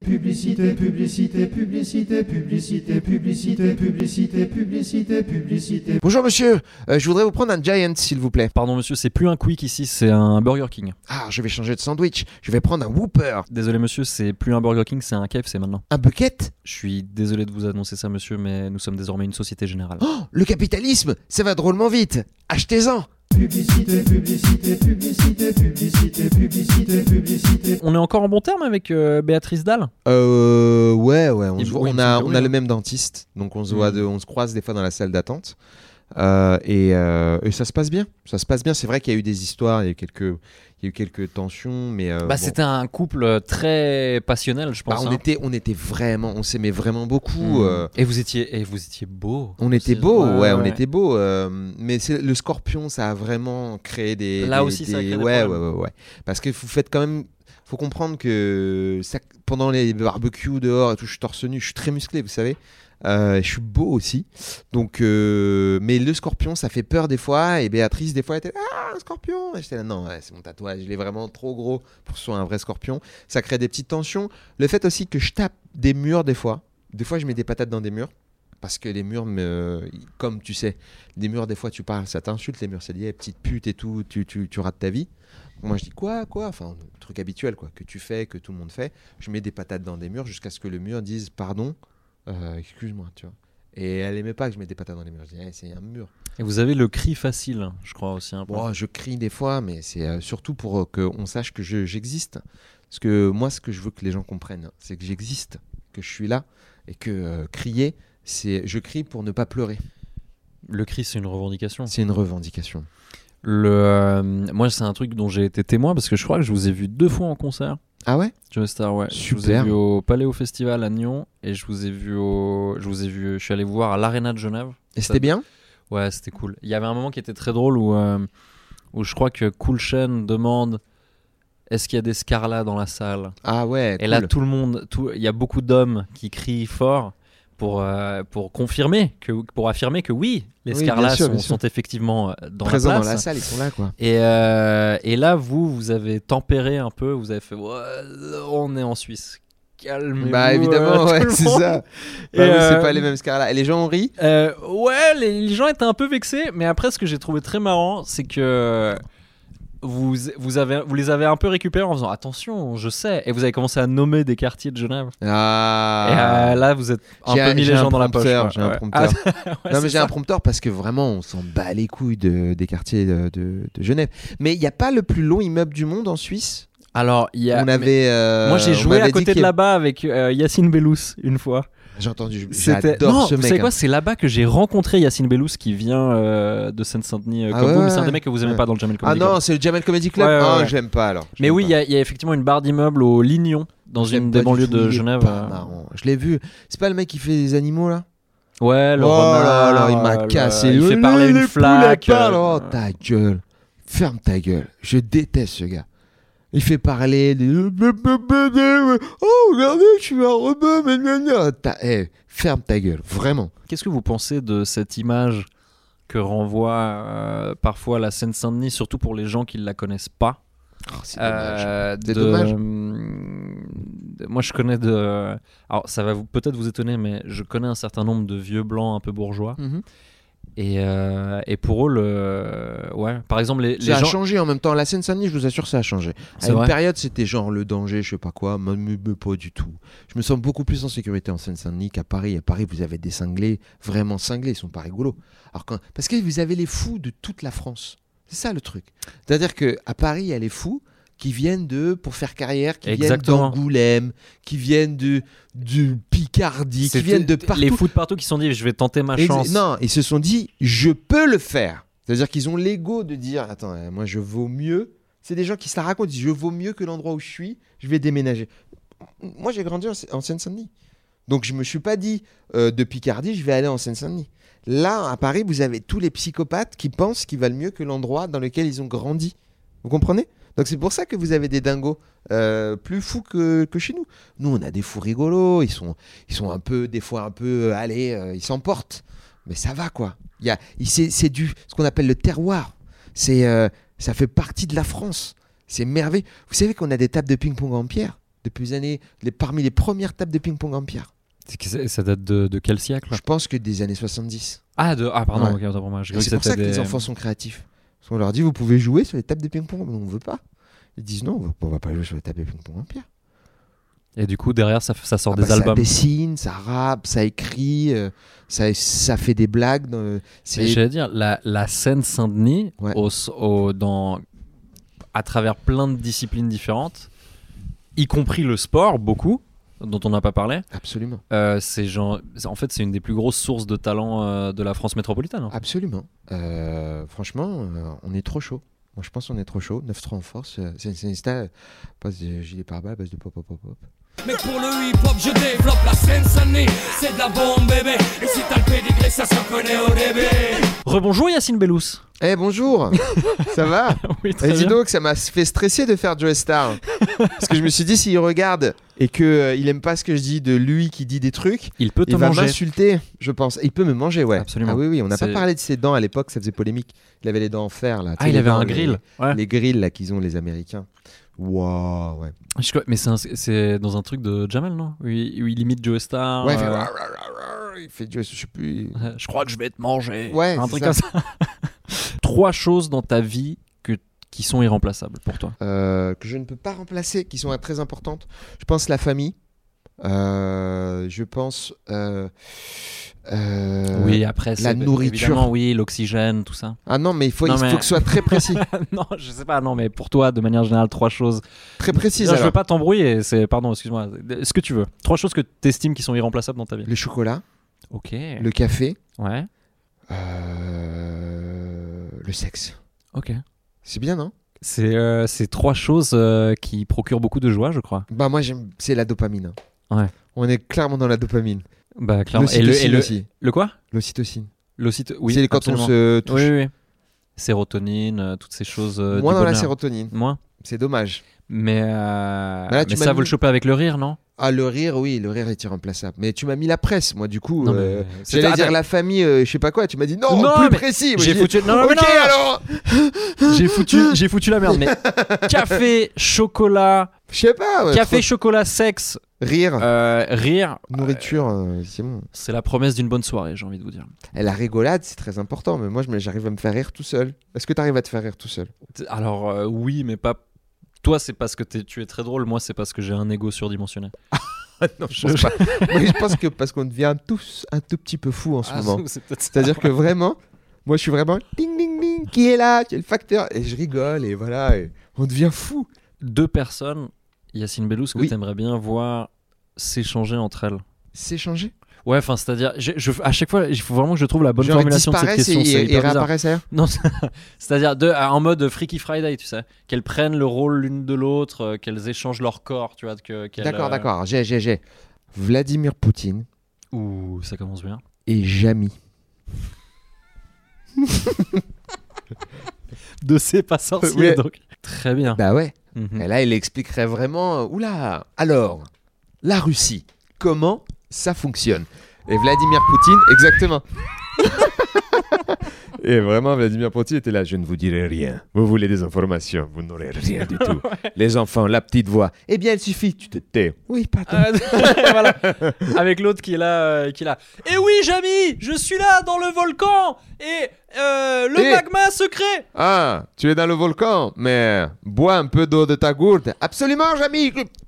Publicité, publicité, publicité, publicité, publicité, publicité, publicité, publicité.
Bonjour monsieur, je voudrais vous prendre un Giant s'il vous plaît.
Pardon monsieur, c'est plus un Quick ici, c'est un Burger King.
Ah, je vais changer de sandwich, je vais prendre un Whopper.
Désolé monsieur, c'est plus un Burger King, c'est un KFC maintenant.
Un bucket?
Je suis désolé de vous annoncer ça monsieur, mais nous sommes désormais une société générale.
Oh, le capitalisme, ça va drôlement vite. Achetez-en.
Publicité, publicité, publicité, publicité, publicité, publicité.
On est encore en bon terme avec Béatrice Dalle?
Ouais, on a le même dentiste, donc on se voit, on se croise des fois dans la salle d'attente. Et ça se passe bien. Ça se passe bien. C'est vrai qu'il y a eu des histoires, il y a eu quelques tensions, mais
c'était un couple très passionnel, je pense.
On s'aimait vraiment beaucoup.
Et vous étiez beau.
On était beau, on était beau. Mais le Scorpion, ça a vraiment créé des.
Là aussi, ça a créé des problèmes.
Ouais. Parce que vous faites quand même. Faut comprendre que pendant les barbecues dehors et tout, je suis torse nu, je suis très musclé, vous savez. Je suis beau aussi, donc mais le Scorpion ça fait peur des fois, et Béatrice des fois elle était un scorpion, et j'étais là non c'est mon tatouage, il est vraiment trop gros pour que ce soit un vrai scorpion, ça crée des petites tensions. Le fait aussi que je tape des murs des fois je mets des patates dans des murs, parce que les murs comme tu sais, des murs des fois tu parles, ça t'insulte les murs, c'est dit petite pute et tout, tu rates ta vie. Moi je dis quoi, enfin truc habituel quoi, que tu fais, que tout le monde fait, je mets des patates dans des murs jusqu'à ce que le mur dise pardon. Excuse-moi, tu vois. Et elle aimait pas que je mette des patates dans les murs. Je dis, c'est un mur.
Et vous avez le cri facile, je crois aussi un peu.
Je crie des fois, mais c'est surtout pour qu'on sache que j'existe. Parce que moi, ce que je veux que les gens comprennent, c'est que j'existe, que je suis là, et que crier, je crie pour ne pas pleurer.
Le cri, c'est une revendication.
C'est une revendication.
Moi, c'est un truc dont j'ai été témoin, parce que je crois que je vous ai vu 2 fois en concert.
Ah ouais?
Joe Star, ouais.
Super.
Je vous ai vu au Paléo Festival à Nyon, et je suis allé vous voir à l'Arena de Genève.
Et c'était bien?
Ouais, c'était cool. Il y avait un moment qui était très drôle où je crois que Cool Chain demande est-ce qu'il y a des Scarlats dans la salle?
Ah ouais.
Et
cool.
là, tout le monde, il y a beaucoup d'hommes qui crient fort pour affirmer que oui, les Scarlats sont effectivement dans
présents
la place.
Dans la salle, ils sont là quoi.
Et là, vous avez tempéré un peu, vous avez fait on est en Suisse. Calmez-vous.
Bah évidemment, c'est ça. C'est pas les mêmes Scarlats. Et les gens ont ri.
Les gens étaient un peu vexés, mais après, ce que j'ai trouvé très marrant, c'est que vous les avez un peu récupérés en faisant attention, je sais, et vous avez commencé à nommer des quartiers de Genève. Et là, vous êtes un peu mis les gens dans la poche.
J'ai un prompteur. Non, mais j'ai un prompteur parce que vraiment, on s'en bat les couilles des quartiers de Genève. Mais il n'y a pas le plus long immeuble du monde en Suisse?
Alors,
moi
j'ai joué à côté de là-bas avec Yacine Bellous une fois.
J'ai entendu, j'adore ce mec.
Vous savez quoi, c'est là-bas que j'ai rencontré Yacine Bellous qui vient de Seine-Saint-Denis comme vous, mais c'est un des mecs que vous aimez pas dans le Jamel Comedy Club.
Ah non, c'est le Jamel Comedy Club. Je l'aime pas alors.
Mais oui, il y a effectivement une barre d'immeuble au Lignon, dans une des banlieues de Genève.
Marrant. Je l'ai vu. C'est pas le mec qui fait des animaux là?
Ouais, le renard.
Il m'a cassé.
Il fait parler une flaque.
Oh ta gueule. Ferme ta gueule. Je déteste ce gars. Il fait parler de... Oh, regardez, je suis un rebeu. Ferme ta gueule, vraiment.
Qu'est-ce que vous pensez de cette image que renvoie parfois la Seine-Saint-Denis, surtout pour les gens qui ne la connaissent pas?
C'est dommage. C'est dommage.
Moi, je connais alors, ça va peut-être vous étonner, mais je connais un certain nombre de vieux blancs un peu bourgeois. Mm-hmm. Et pour eux, par exemple, les gens...
Ça a changé en même temps. La Seine-Saint-Denis, je vous assure, ça a changé. À une période, c'était genre le danger, je sais pas quoi, mais pas du tout. Je me sens beaucoup plus en sécurité en Seine-Saint-Denis qu'à Paris. À Paris, vous avez des cinglés, vraiment cinglés, ils sont pas rigolos. Parce que vous avez les fous de toute la France. C'est ça le truc. C'est-à-dire qu'à Paris, il y a les fous qui viennent pour faire carrière, qui viennent d'Angoulême, qui viennent de Picardie, qui viennent de partout.
Les fous de partout qui se sont dit, je vais tenter ma chance.
Non, ils se sont dit, je peux le faire. C'est-à-dire qu'ils ont l'ego de dire, attends, moi je vaux mieux. C'est des gens qui se la racontent, ils disent, je vaux mieux que l'endroit où je suis, je vais déménager. Moi j'ai grandi en Seine-Saint-Denis. Donc je me suis pas dit, de Picardie, je vais aller en Seine-Saint-Denis. Là, à Paris, vous avez tous les psychopathes qui pensent qu'ils valent mieux que l'endroit dans lequel ils ont grandi. Vous comprenez ? Donc c'est pour ça que vous avez des dingos plus fous que chez nous. Nous, on a des fous rigolos, ils sont un peu, des fois un peu, ils s'emportent. Mais ça va quoi. C'est ce qu'on appelle le terroir. Ça fait partie de la France. C'est merveilleux. Vous savez qu'on a des tables de ping-pong en pierre parmi les premières tables de ping-pong en pierre.
Ça date de quel siècle?
Je pense que des années 70.
Pardon,
Ouais.
ok, moi.
C'est pour ça que les enfants sont créatifs. Parce qu'on leur dit, vous pouvez jouer sur les tables de ping-pong, mais on veut pas. Ils disent non, on va pas jouer sur les tables de ping-pong en pierre.
Et du coup, derrière, ça sort des albums.
Ça dessine, ça rappe, ça écrit, ça fait des blagues.
J'allais dire, la scène Saint-Denis,
Ouais.
à travers plein de disciplines différentes, y compris le sport, beaucoup, dont on n'a pas parlé.
Absolument.
En fait, c'est une des plus grosses sources de talent de la France métropolitaine. Hein.
Absolument. Franchement, on est trop chaud. Moi, je pense qu'on est trop chaud. 9-3 en force. C'est une style. Passe de gilet pare-balles, passe de pop.
Mais pour le hip-hop, je développe la Seine-Saint-Denis. C'est de la bombe, bébé. Et si t'as le pédigré, ça se connaît au début.
Rebonjour Yacine Bellous.
Bonjour. Ça va?
Oui, très
dis
bien.
donc, ça m'a fait stresser de faire Joe Star. Parce que je me suis dit, s'il regarde et qu'il aime pas ce que je dis de lui qui dit des trucs,
Il peut te
il va
manger.
m'insulter, je pense. Il peut me manger, ouais.
Absolument.
Ah oui, on n'a pas
C'est-
parlé de ses dents à l'époque, ça faisait polémique. Il avait les dents en fer, là. Tu sais,
Il
les
avait
dents,
un grill. Ouais.
Les grilles, là, qu'ils ont, les Américains. Waouh, ouais.
Mais c'est dans un truc de Jamel, non? Où il imite Joe Star.
Ouais, il fait Dieu, je sais plus.
Je crois que je vais te manger.
Ouais,
un
c'est
truc
ça.
comme ça. 3 choses dans ta vie qui sont irremplaçables pour toi.
Que je ne peux pas remplacer, qui sont très importantes. Je pense la famille. Je pense
Oui, après,
la nourriture.
Évidemment, oui, l'oxygène, tout ça.
Ah non, mais il faut
Non, mais-
que ce soit très précis.
Non, je sais pas, non, mais pour toi, de manière générale, 3 choses.
Très précis,
Non, je
alors.
veux pas t'embrouiller, pardon, excuse-moi. Ce que tu veux. 3 choses que tu estimes qui sont irremplaçables dans ta vie.
Le chocolat,
Ok.
le café,
Ouais,
le sexe.
ok.
C'est bien, non?
C'est 3 choses qui procurent beaucoup de joie, je crois.
Bah moi, c'est la dopamine.
Ouais.
On est clairement dans la dopamine.
Bah, clairement.
L'ocytocine aussi.
Le quoi?
L'ocytocine.
Oui,
c'est quand
absolument.
on se touche.
Oui, oui, oui. Sérotonine, toutes ces choses.
Moins
du
dans la
bonheur.
sérotonine.
Moins.
C'est dommage.
Mais,
là, tu
mais
m'as
ça,
mis-
vous le choper avec le rire, non?
Ah, le rire, oui, le rire est irremplaçable. Mais tu m'as mis la presse, moi, du coup.
Non, mais
J'allais
c'est-
dire la famille, je sais pas quoi. Tu m'as dit non,
Non,
plus
mais
précis. Moi,
j'ai
dit,
foutu. Non, non, mais
ok,
non,
alors.
j'ai foutu la merde. Mais café, chocolat,
Je sais pas. ouais,
café, chocolat, sexe,
rire,
rire.
nourriture, c'est bon.
C'est la promesse d'une bonne soirée, j'ai envie de vous dire.
Et la rigolade, c'est très important. Mais moi, j'arrive à me faire rire tout seul. Est-ce que tu arrives à te faire rire tout seul?
Alors oui, mais pas. Toi, c'est parce que tu es très drôle. Moi, c'est parce que j'ai un ego surdimensionné.
Non, je pense pas. Moi, je pense que parce qu'on devient tous un tout petit peu fou en ce moment.
c'est peut-être ça.
C'est-à-dire que vraiment, moi, je suis vraiment ding ding ding. Qui est là? Qui est le facteur? Et je rigole et voilà. Et on devient fou.
2 personnes, Yacine Bellous, que
Oui.
t'aimerais bien voir s'échanger entre elles.
S'échanger.
Ouais, enfin, c'est-à-dire, à chaque fois, il faut vraiment que je trouve la bonne
Genre, ils
formulation de cette
disparaissent
question. C'est
et
hyper bizarre.
réapparaissent ailleurs.
Non, c'est-à-dire en mode Freaky Friday, tu sais, qu'elles prennent le rôle l'une de l'autre, qu'elles échangent leur corps, tu vois, qu'elles,
D'accord. J'ai. Vladimir Poutine
Ouh, ça commence bien.
et Jamy.
De C'est pas sorcier,
Ouais.
donc. Très bien.
Bah ouais.
Mhm.
Et là, il expliquerait vraiment. Oula. Alors, la Russie, comment ça fonctionne? Et Vladimir Poutine, exactement. Et vraiment, Vladimir Poutine était là. Je ne vous dirai rien. Vous voulez des informations, vous n'aurez rien du tout. Les enfants, la petite voix. Eh bien, il suffit, tu te tais. Oui, pardon.
Voilà. Avec l'autre qui est là, Et oui, Jamy, je suis là dans le volcan et le magma secret.
Ah, tu es dans le volcan, mais bois un peu d'eau de ta gourde. Absolument, Jamy.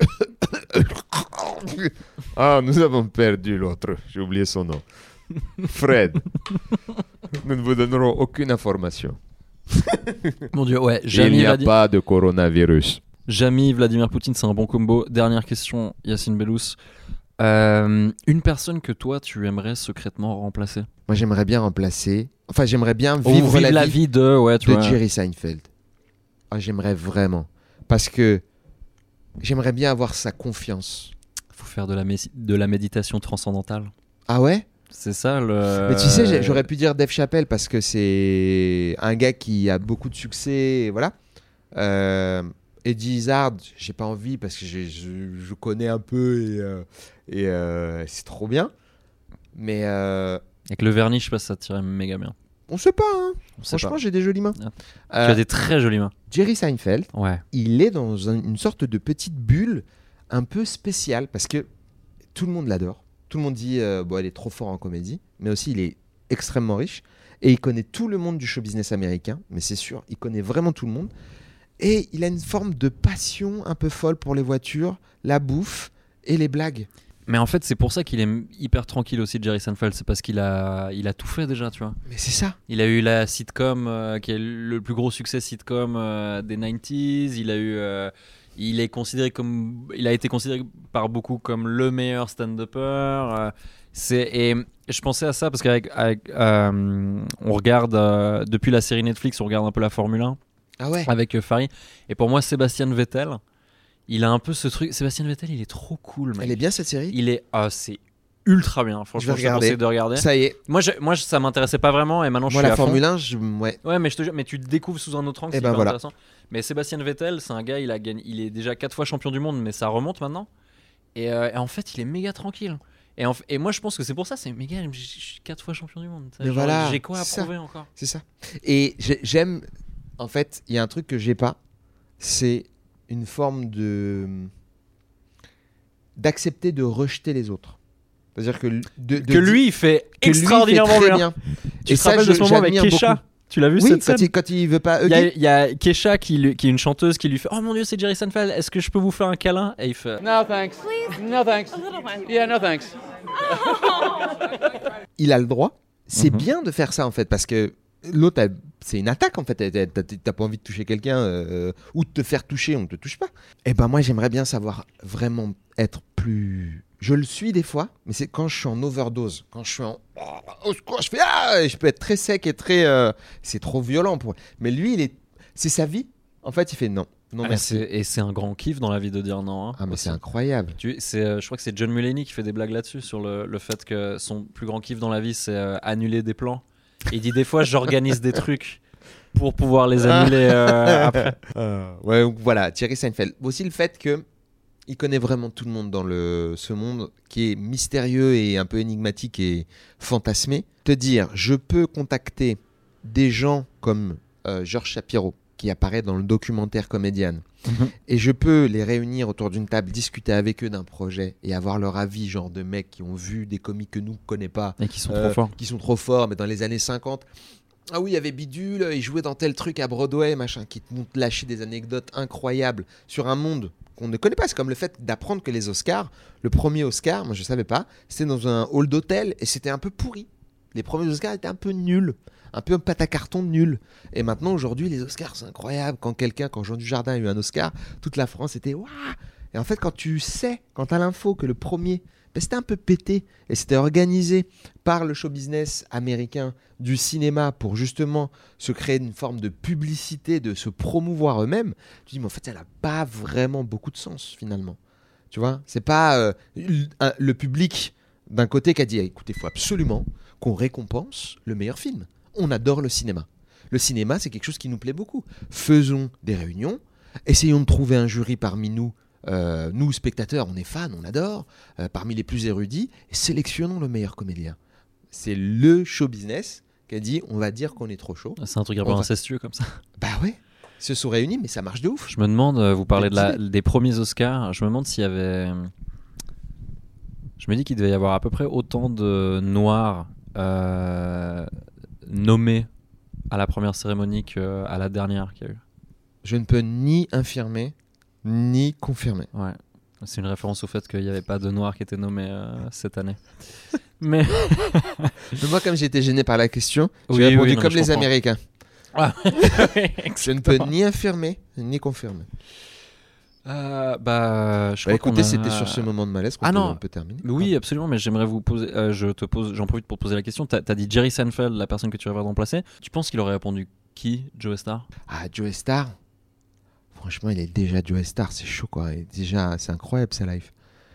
Ah, nous avons perdu l'autre. J'ai oublié son nom. Fred. Nous ne vous donnerons aucune information.
Mon Dieu, ouais.
Il n'y a pas de coronavirus.
Jamy, Vladimir Poutine, c'est un bon combo. Dernière question, Yacine Bellous. Une personne que toi, tu aimerais secrètement remplacer?
Moi, j'aimerais bien remplacer. Enfin, j'aimerais bien
Ou
vivre
la vie de, ouais, tu
de
vois.
Jerry Seinfeld. Ah, j'aimerais vraiment. Parce que j'aimerais bien avoir sa confiance.
Faut faire de la méditation transcendantale.
Ah ouais?
C'est ça le.
Mais tu sais, j'aurais pu dire Dave Chappelle parce que c'est un gars qui a beaucoup de succès. Et voilà. Eddie Izzard, j'ai pas envie parce que je connais un peu et c'est trop bien. Mais
Avec le vernis, je sais pas si ça tirait méga bien.
on sait pas. Hein.
On sait
Franchement,
pas.
j'ai des jolies mains.
Tu as des très jolies mains.
Jerry Seinfeld,
Ouais.
il est dans une sorte de petite bulle un peu spécial parce que tout le monde l'adore. Tout le monde dit bon, elle est trop fort en comédie, mais aussi il est extrêmement riche et il connaît tout le monde du show business américain, mais c'est sûr, il connaît vraiment tout le monde. Et il a une forme de passion un peu folle pour les voitures, la bouffe et les blagues.
Mais en fait, c'est pour ça qu'il est hyper tranquille aussi, Jerry Seinfeld. C'est parce qu'il a tout fait déjà, tu vois.
Mais c'est ça.
Il a eu la sitcom qui est le plus gros succès sitcom des 90s. Il a été considéré par beaucoup comme le meilleur stand-upper. Et je pensais à ça parce qu'avec on regarde depuis la série Netflix, on regarde un peu la Formule 1 avec Ferrari. Et pour moi, Sébastien Vettel, il a un peu ce truc. Sébastien Vettel, il est trop cool, mec.
Elle est bien cette série.
C'est ultra bien. Franchement, je te conseille de regarder.
Ça y est.
Moi, ça m'intéressait pas vraiment et maintenant je suis
la
à
Formule
fond.
1,
Ouais, mais mais tu te découvres sous un autre angle. C'est intéressant. Mais Sébastien Vettel, c'est un gars, il est déjà 4 fois champion du monde, mais ça remonte maintenant. Et en fait, il est méga tranquille. Et moi, je pense que c'est pour ça, c'est méga. Je suis 4 fois champion du monde.
Mais voilà,
j'ai quoi à prouver encore ?
C'est ça. Et j'aime. En fait, il y a un truc que j'ai pas. C'est une forme d'accepter de rejeter les autres. C'est-à-dire que
lui, il fait extraordinairement bien. Tu te rappelles de ce moment avec Kesha ? Tu l'as vu cette scène ?
Quand il veut pas.
Il y a Kesha qui est une chanteuse qui lui fait « Oh mon Dieu, c'est Jerry Seinfeld, est-ce que je peux vous faire un câlin ?» Et il fait «
No thanks. No thanks. Yeah, no thanks. »
Il a le droit. C'est bien de faire ça en fait, parce que l'autre, c'est une attaque en fait. T'as pas envie de toucher quelqu'un ou de te faire toucher, on ne te touche pas. Et ben moi, j'aimerais bien savoir vraiment être plus. Je le suis des fois, mais c'est quand je suis en overdose, quand je suis en au secours, je fais je peux être très sec et très. C'est trop violent pour. Mais lui, c'est sa vie. En fait, il fait non. Non, merci.
Et c'est un grand kiff dans la vie de dire non.
Ah, mais c'est incroyable.
Je crois que c'est John Mulaney qui fait des blagues là-dessus, sur le fait que son plus grand kiff dans la vie, c'est annuler des plans. Et il dit des fois, j'organise des trucs pour pouvoir les annuler après.
Ouais, voilà, Jerry Seinfeld. Aussi le fait qu'il connaît vraiment tout le monde dans ce monde qui est mystérieux et un peu énigmatique et fantasmé. Te dire, je peux contacter des gens comme George Shapiro, qui apparaît dans le documentaire Comedian. Et je peux les réunir autour d'une table, discuter avec eux d'un projet et avoir leur avis, genre de mecs qui ont vu des comiques que nous ne connaissons pas.
Et qui sont trop forts.
Qui sont trop forts, mais dans les années 50. Ah oui, il y avait Bidule, il jouait dans tel truc à Broadway, machin, qui te lâcher des anecdotes incroyables sur un monde qu'on ne connaît pas. C'est comme le fait d'apprendre que les Oscars, le premier Oscar, moi je ne savais pas, c'était dans un hall d'hôtel et c'était un peu pourri. Les premiers Oscars étaient un peu nuls. Un peu pâte à carton nul. Et maintenant, aujourd'hui, les Oscars, c'est incroyable. Quand Jean Dujardin a eu un Oscar, toute la France était waouh. Et en fait, quand tu as l'info que le premier, c'était un peu pété et c'était organisé par le show business américain du cinéma pour justement se créer une forme de publicité, de se promouvoir eux-mêmes, tu dis, mais en fait, ça n'a pas vraiment beaucoup de sens finalement. Tu vois, c'est pas le public d'un côté qui a dit, écoutez, il faut absolument qu'on récompense le meilleur film. On adore le cinéma. Le cinéma, c'est quelque chose qui nous plaît beaucoup. Faisons des réunions, essayons de trouver un jury parmi nous. Nous, spectateurs, on est fans, on adore, parmi les plus érudits, et sélectionnons le meilleur comédien. C'est le show business qui a dit, on va dire qu'on est trop chaud.
C'est un truc un peu incestueux comme ça.
Bah ouais, ils se sont réunis, mais ça marche de ouf.
Je me demande, vous parlez des premiers Oscars, je me demande s'il y avait... Je me dis qu'il devait y avoir à peu près autant de noirs nommés à la première cérémonie qu'à la dernière qu'il y a eu.
Je ne peux ni infirmer ni confirmer.
Ouais, c'est une référence au fait qu'il n'y avait pas de noirs qui étaient nommés cette année. Mais
moi, comme j'ai été gêné par la question, j'ai répondu comme les Américains.
Ah.
Je ne peux ni infirmer ni confirmer. Écoutez, c'était sur ce moment de malaise qu'on peut terminer.
Oui, absolument, mais j'aimerais vous poser. J'en profite pour poser la question. T'as dit Jerry Seinfeld, la personne que tu rêverais de remplacer. Tu penses qu'il aurait répondu qui, Joe Star ?
Ah, Joe Star. Franchement, il est déjà Joe Star, c'est chaud quoi. Et déjà, c'est incroyable sa life.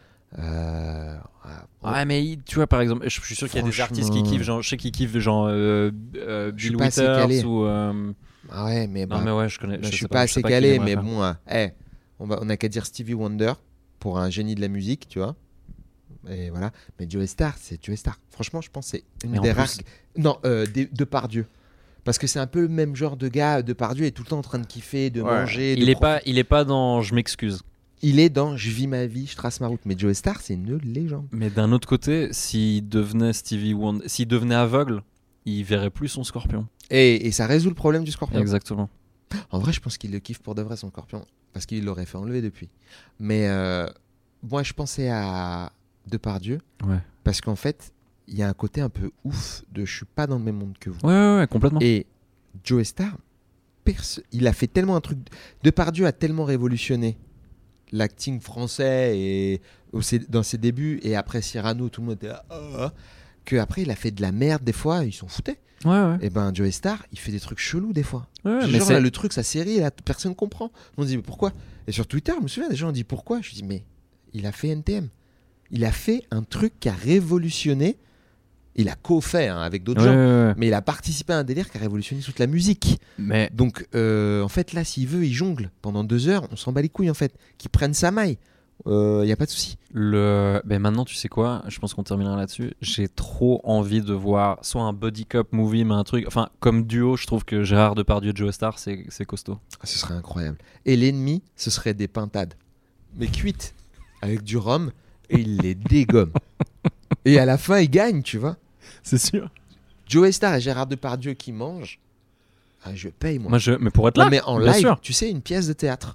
Ouais, mais tu vois, par exemple, je suis sûr qu'il y a des artistes qui kiffent, genre, je sais qu'ils kiffent, genre Bill Withers ou.
Ah ouais, mais
non, mais ouais, je connais.
Je suis pas assez calé, mais bon, on a qu'à dire Stevie Wonder pour un génie de la musique, tu vois. Et voilà. Mais Joe Star, c'est Joe Star. Franchement, je pense que c'est une des rares. Non, Depardieu. Parce que c'est un peu le même genre de gars. Depardieu est tout le temps en train de kiffer, de manger.
Il est pas dans Je m'excuse.
il est dans je vis ma vie, je trace ma route. Mais Joey Starr, c'est une légende.
Mais d'un autre côté, s'il devenait Stevie Wonder, s'il devenait aveugle, il verrait plus son scorpion.
Et ça résout le problème du scorpion.
Exactement.
En vrai, je pense qu'il le kiffe pour de vrai, son scorpion. Parce qu'il l'aurait fait enlever depuis. Mais moi, je pensais à Depardieu.
Ouais.
Parce qu'en fait, il y a un côté un peu ouf de je suis pas dans le même monde que vous.
Ouais, complètement.
Et Joey Starr, il a fait tellement un truc. Depardieu a tellement révolutionné l'acting français et dans ses débuts. Et après Cyrano, tout le monde était là. Qu'après, il a fait de la merde des fois, ils s'en foutaient.
Ouais.
Et ben Joey Starr, il fait des trucs chelous des fois.
Ouais,
genre là, le truc, sa série, là, personne comprend. On dit mais pourquoi? Et sur Twitter, je me souviens, des gens ont dit pourquoi. Je dis mais il a fait NTM. Il a fait un truc qui a révolutionné. Il a co-fait avec d'autres gens, mais il a participé à un délire qui a révolutionné toute la musique. Donc en fait là, s'il veut, il jongle pendant 2 heures. On s'en bat les couilles en fait. Qu'il prenne sa maille. Il y a pas de souci.
Maintenant, tu sais quoi, je pense qu'on terminera là-dessus. J'ai trop envie de voir soit un buddy cop movie, mais un truc, enfin comme duo. Je trouve que Gérard Depardieu et Joey Starr, c'est costaud.
Ce serait incroyable. Et l'ennemi, ce serait des pintades, mais cuites avec du rhum, et il les dégomme. Et à la fin, il gagne, tu vois.
C'est sûr.
Joey Starr et Gérard Depardieu qui mangent. Ah, je paye, moi.
Mais pour être là,
mais en live, sûr. Tu sais, une pièce de théâtre.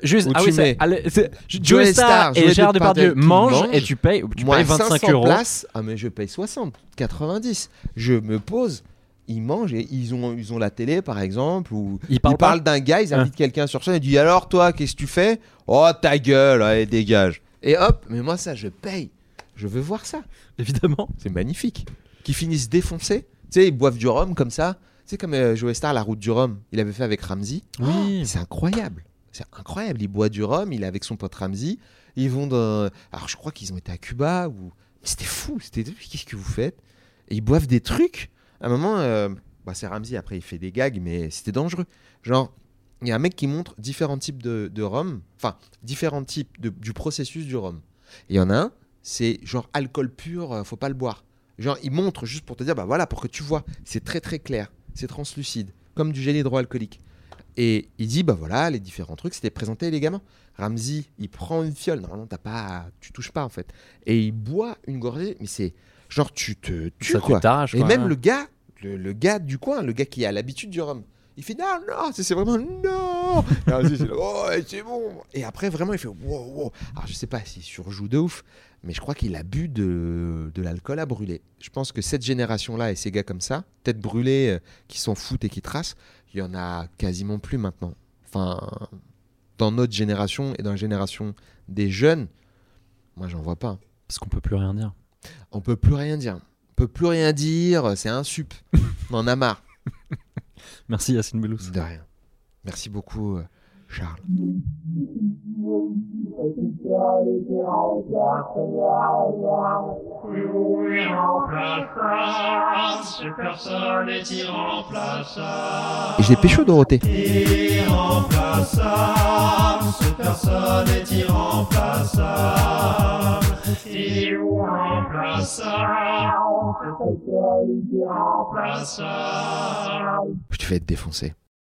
Joey Starr et Gérard Depardieu mangent et tu payes 25 €.
Places, mais je paye 60, 90. Je me pose, ils mangent et ils ont la télé, par exemple, ou ils parlent d'un gars, ils invitent quelqu'un sur scène et disent alors toi, qu'est-ce que tu fais? Oh, ta gueule, allez, dégage. Et hop, mais moi, ça, je paye. Je veux voir ça.
Évidemment.
C'est magnifique. Qu'ils finissent défoncés. Tu sais, ils boivent du rhum comme ça. C'est comme Joey Starr, la route du rhum. Il avait fait avec Ramsey.
Oui.
C'est incroyable. C'est incroyable. Il boit du rhum. Il est avec son pote Ramsey. Ils vont dans. Alors, je crois qu'ils ont été à Cuba. Mais c'était fou. Qu'est-ce que vous faites? Et ils boivent des trucs. À un moment, c'est Ramsey. Après, il fait des gags, mais c'était dangereux. Genre, il y a un mec qui montre différents types de rhum. Enfin, différents types du processus du rhum. Et il y en a un, c'est genre alcool pur, faut pas le boire. Genre, il montre juste pour te dire, bah voilà, pour que tu vois. C'est très très clair. C'est translucide, comme du gel hydroalcoolique. Et il dit, bah voilà, les différents trucs, c'était présenté les gamins. Ramsey, il prend une fiole, normalement tu touches pas en fait. Et il boit une gorgée, mais c'est genre tu te tues quoi. Et même le gars du coin, le gars qui a l'habitude du rhum, il fait non, c'est vraiment non. Et Ramsey, c'est là, oh, c'est bon. Et après vraiment il fait wow. Alors je sais pas s'il surjoue de ouf, mais je crois qu'il a bu de l'alcool à brûler. Je pense que cette génération-là et ces gars comme ça, tête brûlée, qui s'en foutent et qui tracent, il y en a quasiment plus maintenant. Enfin, dans notre génération et dans la génération des jeunes, moi, j'en vois pas.
Parce qu'on peut plus rien dire.
On peut plus rien dire. C'est un sup. On en a marre.
Merci Yacine Bellous.
De rien. Merci beaucoup, Charles. Et je l'ai pécho, Dorothée.
Irremplaçable, cette personne est irremplaçable.
Je te fais être défoncé.